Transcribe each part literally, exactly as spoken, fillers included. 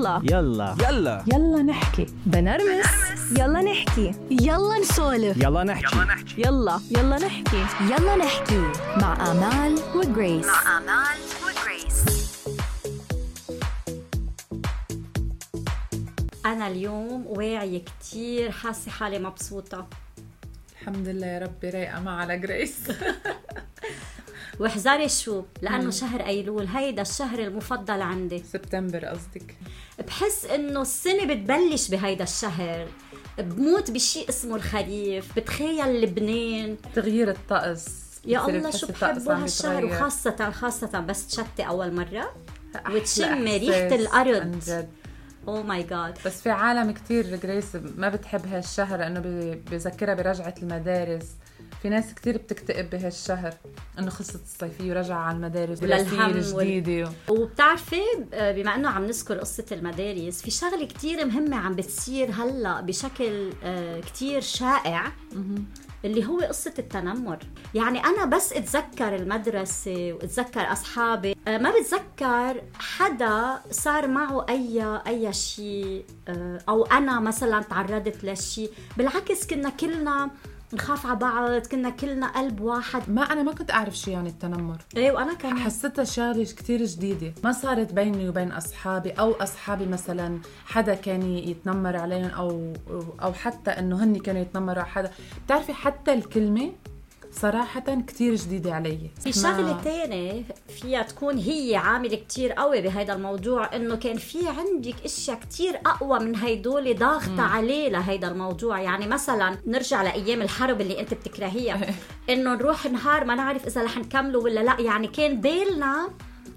يلا يلا يلا يلا نحكي بنرمس يلا نحكي يلا نسولف يلا نحكي يلا يلا نحكي يلا نحكي مع آمال وغريس مع آمال وغريس. أنا اليوم واعية كتير، حاسة حالي مبسوطة الحمد لله يا ربي، رايقة مع على غريس. واحذري شو، لأنه شهر أيلول هيدا الشهر المفضل عندي. سبتمبر قصدك؟ بحس إنه السنة بتبلش بهيدا الشهر، بموت بشي اسمه الخريف، بتخيل لبنان، تغيير الطقس. يا الله شو بحبوا هالشهر، وخاصة خاصة بس تشتي أول مرة وتشم ريحة الأرض. أوه ماي جاد. بس في عالم كتير غريس ما بتحب هالشهر لأنه بيذكرها برجعة المدارس. في ناس كتير بتكتئب بهالشهر إنه خلصت الصيفية ورجع على المدارس والالهام جديدة. وبتعرفي بما إنه عم نذكر قصة المدارس، في شغلة كتير مهمة عم بتصير هلا بشكل كتير شائع اللي هو قصة التنمر. يعني أنا بس أتذكر المدرسة وأتذكر أصحابي، ما بتذكر حدا صار معه أي أي شيء، أو أنا مثلا تعرضت لشيء. بالعكس كنا كلنا نخاف على بعض، كنا كلنا قلب واحد. ما أنا ما كنت أعرف شيء عن التنمر. إيه وأنا كمان حسيتها شغلة كتير جديدة، ما صارت بيني وبين أصحابي، أو أصحابي مثلا حدا كان يتنمر عليهم، أو أو حتى إنه هني كانوا يتنمروا على حدا. بتعرفي حتى الكلمة صراحة كتير جديدة علي. في شغلة تانية فيها تكون هي عامل كتير قوي بهذا الموضوع، إنه كان في عندك إشياء كتير أقوى من هيدول ضاغطة عليه لهيدا الموضوع. يعني مثلا نرجع لأيام الحرب اللي أنت بتكرهيها، إنه نروح نهار ما نعرف إذا رح نكمله ولا لا. يعني كان بالنا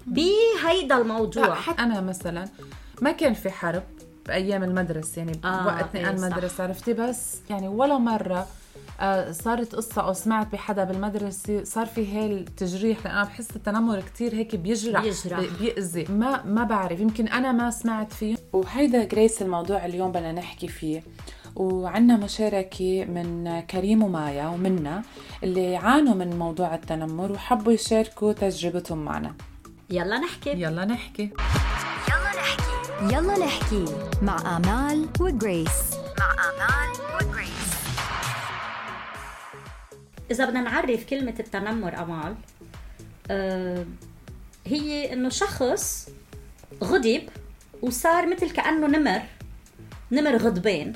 بهيدا الموضوع. حتى أنا مثلا ما كان في حرب بأيام المدرسة، يعني آه وقتني أنا المدرسة عرفتي، بس يعني ولا مرة آه صارت قصة أو سمعت بحدا بالمدرسة صار في هاي التجريح. لأن أنا بحس التنمر كتير هيك بيجرح, بيجرح. بيأذي. ما ما بعرف، يمكن أنا ما سمعت فيه. وهيدا غريس الموضوع اليوم بدنا نحكي فيه، وعنا مشاركة من كريم ومايا ومنا اللي عانوا من موضوع التنمر وحبوا يشاركوا تجربتهم معنا. يلا نحكي يلا نحكي يلا نحكي يلا نحكي مع آمال وغريس مع آمال وغريس. إذا بدنا نعرف كلمة التنمر أمال، آه هي إنه شخص غضب وصار مثل كأنه نمر نمر غضبان،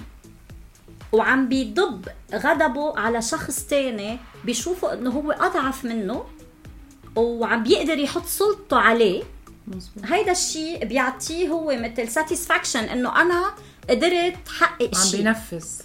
وعم بيضب غضبه على شخص تاني بيشوفه إنه هو أضعف منه وعم بيقدر يحط سلطته عليه. مزبوط. هيدا الشيء بيعطيه هو مثل satisfaction إنه أنا قدرت حقق شيء، عم بينفذ.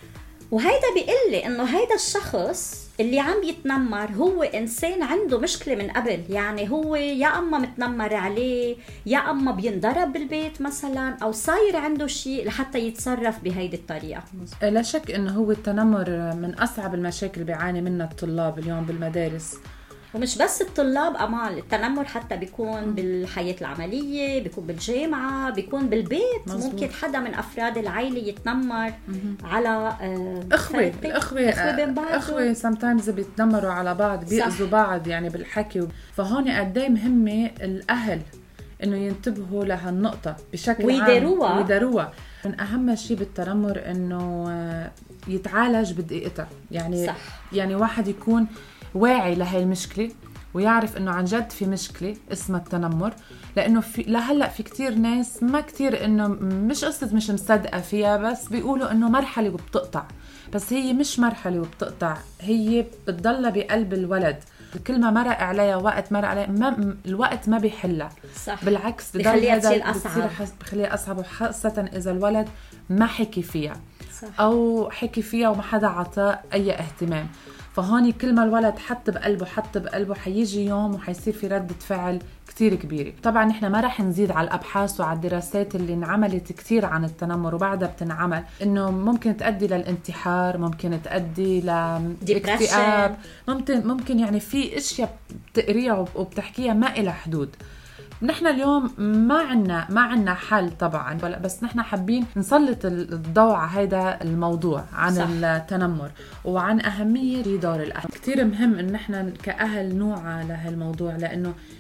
وهيدا بيقلي إنه هيدا الشخص اللي عم يتنمر هو إنسان عنده مشكلة من قبل. يعني هو يا أما متنمر عليه، يا أما بينضرب بالبيت مثلا، أو صاير عنده شيء لحتى يتصرف بهيدي الطريقة. لا شك إنه هو التنمر من أصعب المشاكل بيعاني منها الطلاب اليوم بالمدارس. ومش بس الطلاب أمال، التنمر حتى بيكون بالحياة العملية، بيكون بالجامعة، بيكون بالبيت. مزبوط. ممكن حدا من أفراد العائلة يتنمر مم. على آه أخوة الأخوة أخوة بين بعض. أخوة sometimes بيتنمروا على بعض، بيأذوا بعض يعني بالحكي. فهون قدي مهمة الأهل إنه ينتبهوا لهالنقطة بشكل ويداروها. عام ويداروها. من أهم شيء بالتنمر إنه يتعالج بدقيقتها. يعني صح. يعني واحد يكون واعي لهي المشكلة ويعرف انه عن جد في مشكلة اسمها التنمر. لانه في لهلأ في كتير ناس ما كتير انه مش قصة مش مصدقة فيها، بس بيقولوا انه مرحلة وبتقطع. بس هي مش مرحلة وبتقطع، هي بتضل بقلب الولد. كل ما مرق عليها وقت مرق عليها ما الوقت ما بيحلها. صح. بالعكس بخليها تصير أصعب. بخليها أصعب، وخاصة إذا الولد ما حكي فيها. صح. أو حكي فيها وما حدا عطاه أي اهتمام. فهوني كل ما الولد حط بقلبه حط بقلبه حيجي يوم وحيصير في ردة فعل كتير كبيرة. طبعا نحن ما رح نزيد على الأبحاث وعلى الدراسات اللي انعملت كتير عن التنمر وبعدها بتنعمل، إنه ممكن تؤدي للانتحار، ممكن تؤدي لاكتئاب، ممكن ممكن يعني في اشياء بتقريها وبتحكيها ما إلها حدود. نحن اليوم ما عنا ما عنا حل طبعا، بس نحن حابين نسلط الضوء على هذا الموضوع عن صح. التنمر وعن أهمية دور الأهل. كتير مهم إن نحن كأهل نوعى لهالموضوع، لأنه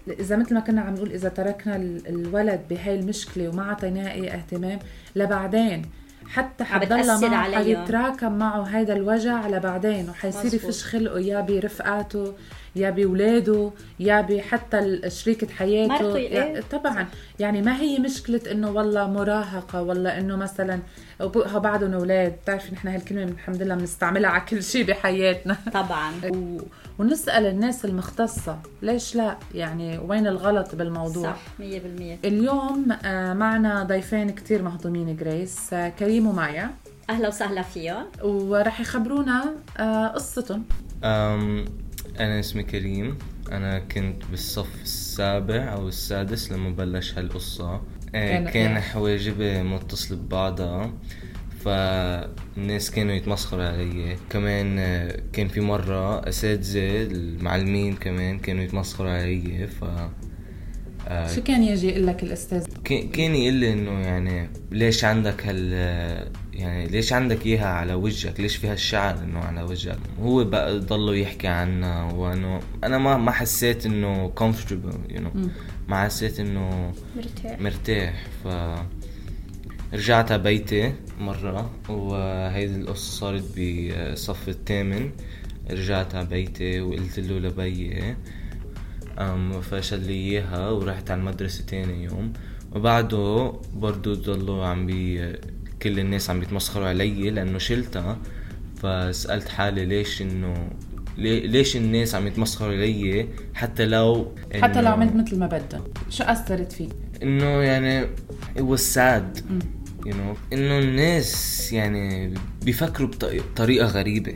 اذا مثل ما كنا عم نقول اذا تركنا الولد بهاي المشكله وما عطيناه اي اهتمام لبعدين حتى حتضل معه حيتراكم معه هيدا الوجع لبعدين وحيصير يفش خلقه يا برفقاته يا بولاده يا حتى شريكة حياته يا طبعا. يعني ما هي مشكلة انه والله مراهقة ولا انه مثلا بعدهم اولاد. بتعرفي نحن هالكلمة الحمد لله بنستعملها على كل شيء بحياتنا طبعا و... ونسأل الناس المختصة ليش لا، يعني وين الغلط بالموضوع. صح مية بالمية. اليوم معنا ضيفين كتير مهضومين جريس، كريم ومايا. اهلا وسهلا فيهم ورح يخبرونا قصتهم. أم أنا اسمي كريم، أنا كنت بالصف السابع أو السادس لما بلش هالقصة. كان, كان حواجبي متصل ببعضها فالناس كانوا يتمسخروا علي. كمان كان في مرة أساتذة المعلمين كمان كانوا يتمسخروا علي. ف شو كان يجي يقول لك الأستاذ؟ كان يقول لي إنه يعني ليش عندك هال يعني ليش عندك إياها على وجهك، ليش في هالشعر إنه على وجهك. هو بقى ضله يحكي عنها وإنه أنا ما ما حسيت إنه comfortable you know. ما حسيت إنه مرتاح مرتاح. ف رجعت على بيتي مرة وهيدي القصة صارت بصف الثامن. رجعت على بيتي وقلت له لبيي أم فشل لي إياها ورحت على المدرسة تاني يوم. وبعده برضو ضلوا عم بي كل الناس عم بيتمسخروا علي لأنه شلتها. فسألت حالي ليش إنه ليش الناس عم يتمسخروا علي حتى لو حتى لو عملت مثل ما بدهم. شو أثرت فيه؟ إنه يعني it was sad you know. إنه الناس يعني بيفكروا بطريقة غريبة.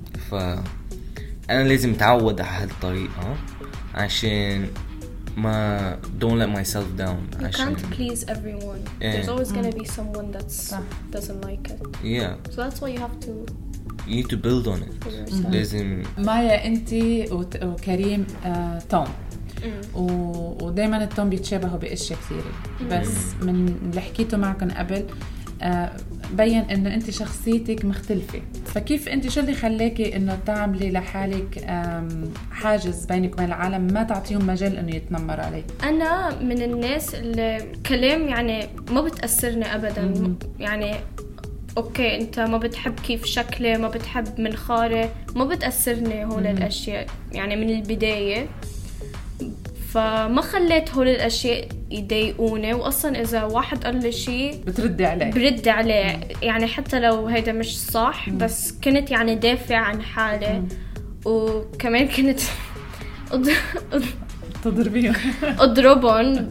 فأنا لازم أتعود على هالطريقة عشان ما don't let myself down. You عشان can't please everyone. Yeah. There's always gonna be someone that's doesn't like it. Yeah. So that's why you have to you need to build on it. لازم. مايا انتي وكريم آه، توم ودايما التوم بيتشابهوا باشياء كثيره. بس من اللي حكيته معكم قبل آه بين انه انت شخصيتك مختلفه. فكيف انت شو اللي خلاكي انه تعملي لحالك حاجز بينك وبين العالم ما تعطيهم مجال انه يتنمر عليك؟ انا من الناس اللي كلام يعني ما بتاثرني ابدا. م- يعني اوكي انت ما بتحب كيف شكلي، ما بتحب منخاري، ما بتاثرني هول الاشياء يعني من البدايه. فما خليت هول الاشياء يضايقوني. واصلا اذا واحد قال لي شيء بتردي عليه برد عليه يعني حتى لو هيدا مش صح. مم. بس كنت يعني دافع عن حالي. مم. وكمان كنت تضربيهم اضربهم.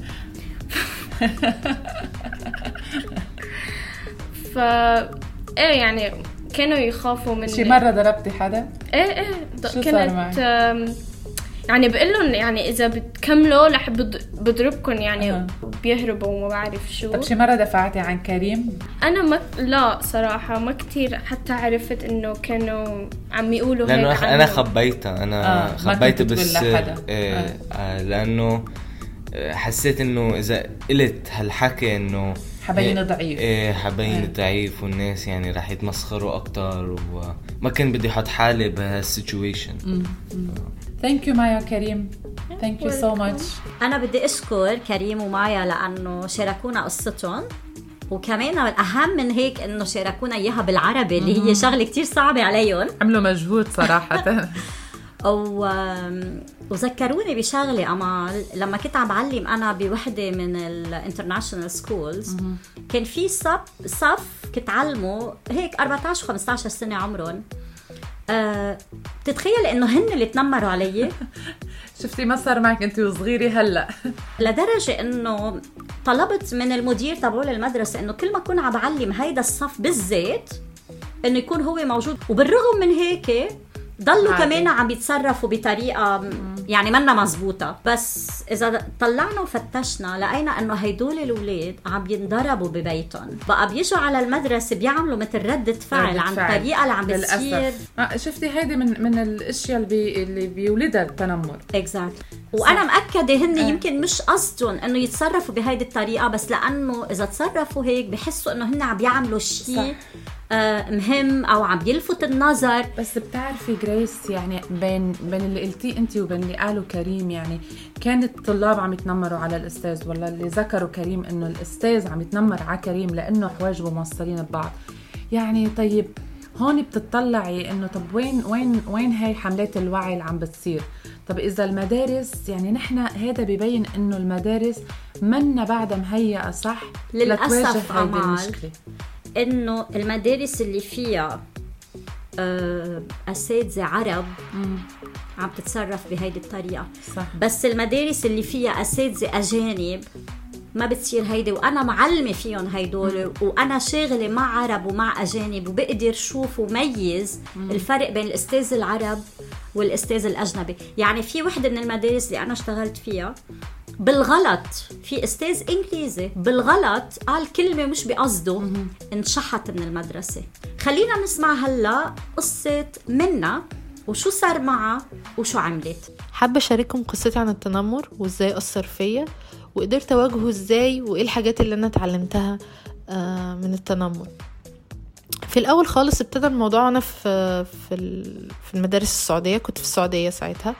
ف ايه يعني كانوا يخافوا مني. شي مرة ضربتي حدا؟ ايه ايه كانت يعني بقول لهم يعني اذا بتكملوا رح بضربكم يعني. أه. بيهربوا وما بعرف شو. طب شي مرة دفعتي عن كريم؟ انا ما لا صراحه ما كتير حتى عرفت انه كانوا عم يقولوا هيك. لانه انا خبيتها انا آه. خبيتها بالسر. إيه. آه. آه. لانه حسيت انه اذا قلت هالحكي انه حبين ضعيف. ايه حبين ضعيف والناس يعني رح يتمسخروا اكتر وما كان بدي احط حالي بهالسيتويشن. ثانك يو مايا كريم. ثانك يو سو ماتش. انا بدي اشكر كريم ومايا لانه شاركونا قصتهم. وكمان الأهم من هيك إنه شاركونا إياها بالعربي اللي هي شغلة كتير صعبة عليهم. عملوا مجهود صراحة. و... وذكروني بشغلة أمال لما كنت عم بعلم أنا بوحدة من الانترناشنال سكولز. كان في صف صف كنت علمه هيك أربعة عشر خمسة عشر سنة عمرهم. أه... تتخيل إنه هن اللي تنمروا علي. شفتي ما صار معك أنت وصغيرة هلأ. لدرجة إنه طلبت من المدير تبع المدرسة إنه كل ما كون عم بعلم هيدا الصف بالذات إنه يكون هو موجود. وبالرغم من هيك ضلوا كمان عم يتصرفوا بطريقة يعني منا مزبوطة. بس إذا طلعنا وفتشنا لقينا إنه هيدول الأولاد عم ينضربوا ببيتهم. بقى بيجوا على المدرسة بيعملوا مثل ردة فعل عن الطريقة اللي عم بتصير. آه شفتي هيدي من من الأشياء اللي, بي اللي بيولدها التنمر. exactly. وأنا مأكدة هن آه. يمكن مش قصدهم إنه يتصرفوا بهيدي الطريقة بس لأنه إذا تصرفوا هيك بحسوا إنه هن عم يعملوا شيء مهم أو عم يلفت النظر. بس بتعرفي جريس، يعني بين بين اللي قلتيه انت وبين اللي قاله كريم، يعني كان الطلاب عم يتنمروا على الأستاذ، ولا اللي ذكروا كريم إنه الأستاذ عم يتنمر على كريم لأنه حواجبه موصلين ببعض. يعني طيب هون بتطلعي إنه طب وين وين وين هاي حملات الوعي اللي عم بتصير؟ طب إذا المدارس، يعني نحن هذا بيبين إنه المدارس منا بعد مهيئة صح للأسف أمال إنه المدارس اللي فيها أساتذة عرب مم. عم تتصرف بهيدي الطريقة صح. بس المدارس اللي فيها أساتذة أجانب ما بتصير هيدي، وأنا معلمة فيهم هيدول مم. وأنا شاغلة مع عرب ومع أجانب وبقدر شوف وميز مم. الفرق بين الأستاذ العرب والأستاذ الأجنبي. يعني في وحدة من المدارس اللي أنا اشتغلت فيها بالغلط في أستاذ إنجليزي بالغلط قال كلمة مش بقصده، انشحت من المدرسة. خلينا نسمع هلا قصة منا وشو صار معها وشو عملت. حابة أشارككم قصتي عن التنمر وإزاي أثر فيا وقدرت أواجهه إزاي وإيه الحاجات اللي أنا اتعلمتها من التنمر. في الأول خالص ابتدى الموضوع أنا في في المدارس السعودية، كنت في السعودية ساعتها،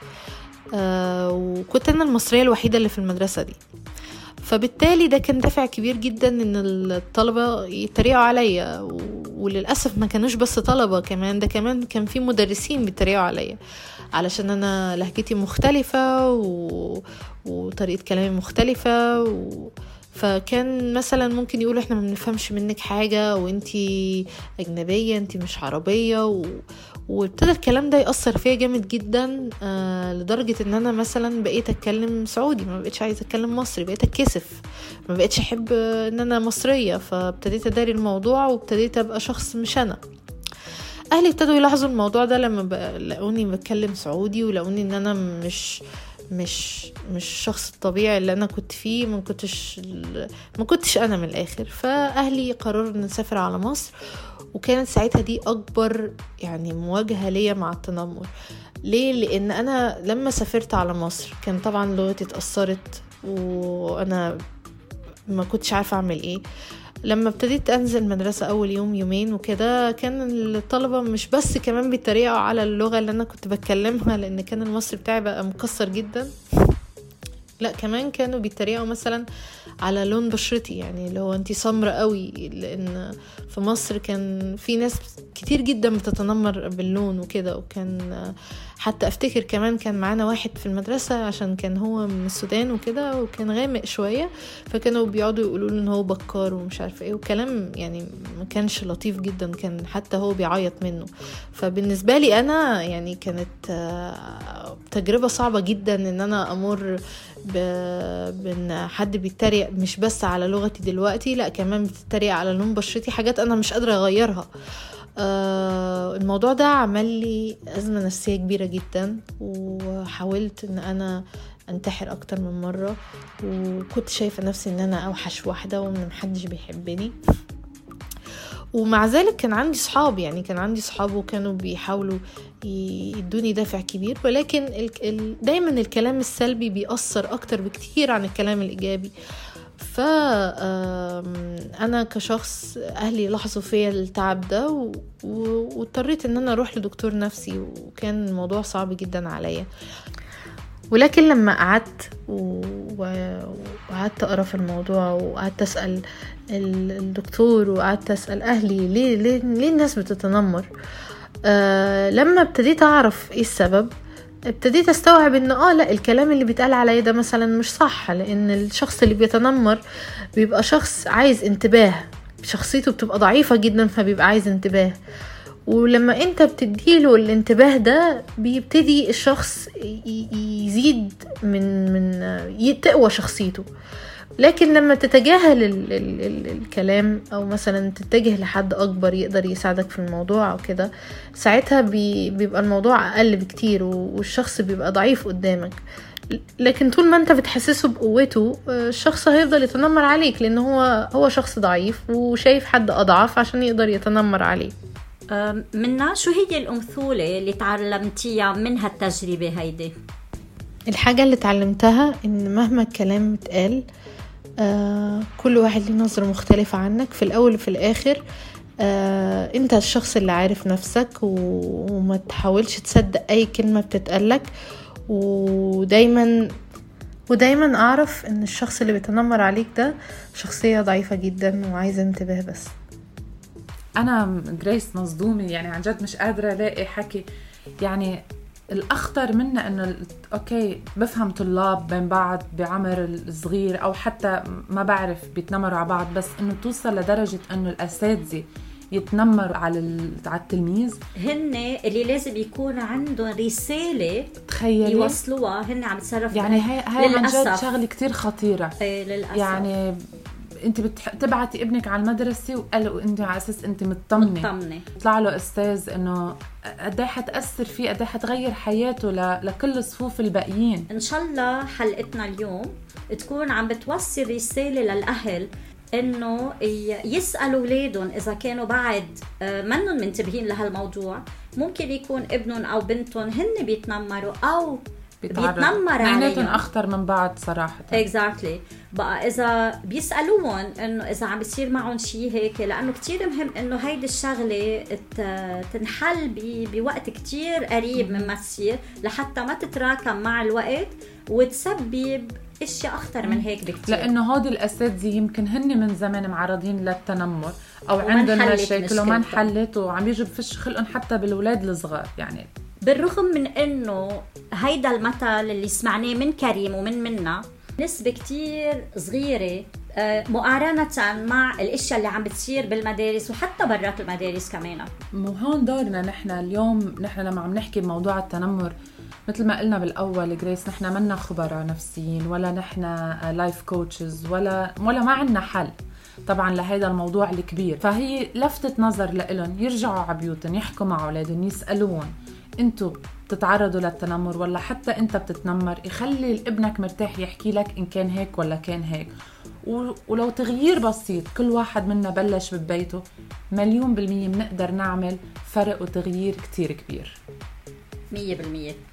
آه وكنت أنا المصرية الوحيدة اللي في المدرسة دي، فبالتالي ده كان دافع كبير جدا ان الطلبة يتريقوا عليا، وللأسف ما كانوش بس طلبة، كمان ده كمان كان في مدرسين بيتريقوا عليا علشان انا لهجتي مختلفة و... وطريقة كلامي مختلفة و... فكان مثلا ممكن يقولوا احنا ما بنفهمش منك حاجة وانتي أجنبية انتي مش عربية و... وابتدى الكلام ده يأثر فيا جامد جدا، آه لدرجة ان انا مثلا بقيت اتكلم سعودي، ما بقيتش عايزة اتكلم مصري، بقيت اتكسف، ما بقيتش احب ان انا مصرية، فابتديت اداري الموضوع وابتديت ابقى شخص مش انا. اهلي ابتدوا يلاحظوا الموضوع ده لما لقوني بتكلم سعودي ولقوني ان انا مش مش مش الشخص الطبيعي اللي انا كنت فيه، ما كنتش ما كنتش انا من الاخر. فاهلي قرروا ان نسافر على مصر، وكانت ساعتها دي اكبر يعني مواجهة ليا مع التنمر. ليه؟ لان انا لما سافرت على مصر كان طبعا لغتي اتأثرت وانا ما كنتش عارفة اعمل ايه. لما ابتديت انزل مدرسة اول يوم يومين وكده، كان الطلبة مش بس كمان بيتريقوا على اللغة اللي انا كنت بتكلمها لان كان المصري بتاعي بقى مكسر جدا، لا كمان كانوا بيتريقوا مثلا على لون بشرتي، يعني لو انتي سمرة قوي، لان في مصر كان في ناس كتير جدا بتتنمر باللون وكده. وكان حتى افتكر كمان كان معانا واحد في المدرسة عشان كان هو من السودان وكده وكان غامق شوية، فكانوا بيقعدوا يقولوا له ان هو بكار ومش عارفه ايه وكلام يعني ما كانش لطيف جدا، كان حتى هو بيعيط منه. فبالنسبة لي انا يعني كانت تجربة صعبة جدا ان انا امر بان حد بيتريق مش بس على لغتي دلوقتي، لا كمان بتتريق على لون بشرتي، حاجات انا مش قادرة اغيرها. آه الموضوع ده عمل لي أزمة نفسية كبيرة جدا، وحاولت ان انا انتحر اكتر من مرة، وكنت شايفة نفسي ان انا اوحش واحدة وان محدش بيحبني. ومع ذلك كان عندي صحاب، يعني كان عندي صحاب وكانوا بيحاولوا يدوني دافع كبير، ولكن ال ال دايما الكلام السلبي بيأثر اكتر بكتير عن الكلام الايجابي. فأنا كشخص أهلي لاحظوا فيا التعب ده واضطريت أن أنا أروح لدكتور نفسي، وكان الموضوع صعب جدا عليا. ولكن لما قعدت وقعدت أقرأ في الموضوع وقعدت أسأل الدكتور وقعدت أسأل أهلي ليه, ليه, ليه الناس بتتنمر، أه لما ابتديت أعرف إيه السبب ابتديت استوعب ان اه لا الكلام اللي بيتقال عليا ده مثلا مش صح، لان الشخص اللي بيتنمر بيبقى شخص عايز انتباه، شخصيته بتبقى ضعيفة جدا فبيبقى عايز انتباه، ولما انت بتديله الانتباه ده بيبتدي الشخص يزيد من من تقوى شخصيته. لكن لما تتجاهل ال ال ال الكلام او مثلا تتجه لحد اكبر يقدر يساعدك في الموضوع او كده، ساعتها بي بيبقى الموضوع اقل بكتير والشخص بيبقى ضعيف قدامك. لكن طول ما انت بتحسسه بقوته الشخص هيفضل يتنمر عليك، لان هو هو شخص ضعيف وشايف حد اضعف عشان يقدر يتنمر عليه. منا شو هي الامثله اللي تعلمتيها من هالتجربه هيدي؟ الحاجه اللي تعلمتها ان مهما الكلام اتقال آه كل واحد له نظرة مختلفة عنك، في الأول وفي الآخر آه، انت الشخص اللي عارف نفسك و- وما تحاولش تصدق اي كلمة بتتقالك. ودايما ودايما اعرف ان الشخص اللي بيتنمر عليك ده شخصية ضعيفة جدا وعايزة انتباه بس. انا جريس مصدومه، يعني عن جد مش قادره الاقي حكي. يعني الاخطر منه انه ال- اوكي بفهم طلاب بين بعض بعمر الصغير او حتى ما بعرف بيتنمروا على بعض، بس انه توصل لدرجه انه الاساتذه يتنمروا على ال- على التلميذ. هن اللي لازم يكون عندهم رسالة تخيلي يوصلوها، هن عم يتصرفوا يعني هاي هاي عن جد للأسف. شغله كتير خطيره. إيه للأسف. يعني انت بتبعتي ابنك على المدرسه وقالوا انت على اساس انت مطمنه مطمنة. يطلع له استاذ انه قد ايه حتاثر فيه، قد ايه حتغير حياته ل... لكل صفوف الباقيين. إن شاء الله حلقتنا اليوم تكون عم بتوصل رسالة للأهل إنه ي- يسألوا أولادهم إذا كانوا بعد آه، منهم منتبهين لهالموضوع. ممكن يكون ابنهم أو بنتهم هن بيتنمروا أو بيتنمر اثنيناتهم عليهم. اخطر من بعض صراحه. اكزاكتلي exactly. بقى اذا بيسالوهم انه اذا عم بيصير معهم شيء هيك، لانه كتير مهم انه هيدي الشغله ت- تنحل ب- بوقت كتير قريب مما تصير، لحتى ما تتراكم مع الوقت وتسبب اشياء اخطر من هيك بكتير. لانه هودي الاساتذه يمكن هن من زمان معرضين للتنمر او وما عندهم انحلت مشاكل وما مشكلتهم. انحلت وعم بيجوا بفش خلقهم حتى بالاولاد الصغار. يعني بالرغم من انه هيدا المثل اللي سمعناه من كريم ومن منا نسبة كتير صغيرة آه، مقارنة مع الاشياء اللي عم بتصير بالمدارس وحتى برات المدارس كمان. مو هون دورنا نحن اليوم. نحن لما عم نحكي بموضوع التنمر مثل ما قلنا بالاول جريس، نحن منا خبراء نفسيين ولا نحن لايف كوتشز ولا ولا ما عندنا حل طبعا لهذا الموضوع الكبير. فهي لفتة نظر لإلهم يرجعوا على بيوتهم، يحكوا مع اولادهم، يسالوهم انتوا بتتعرضوا للتنمر ولا حتى انت بتتنمر، يخلي ابنك مرتاح يحكي لك ان كان هيك ولا كان هيك. و- ولو تغيير بسيط كل واحد منا بلش ببيته، مليون بالمية بنقدر نعمل فرق وتغيير كتير كبير. مية بالمية.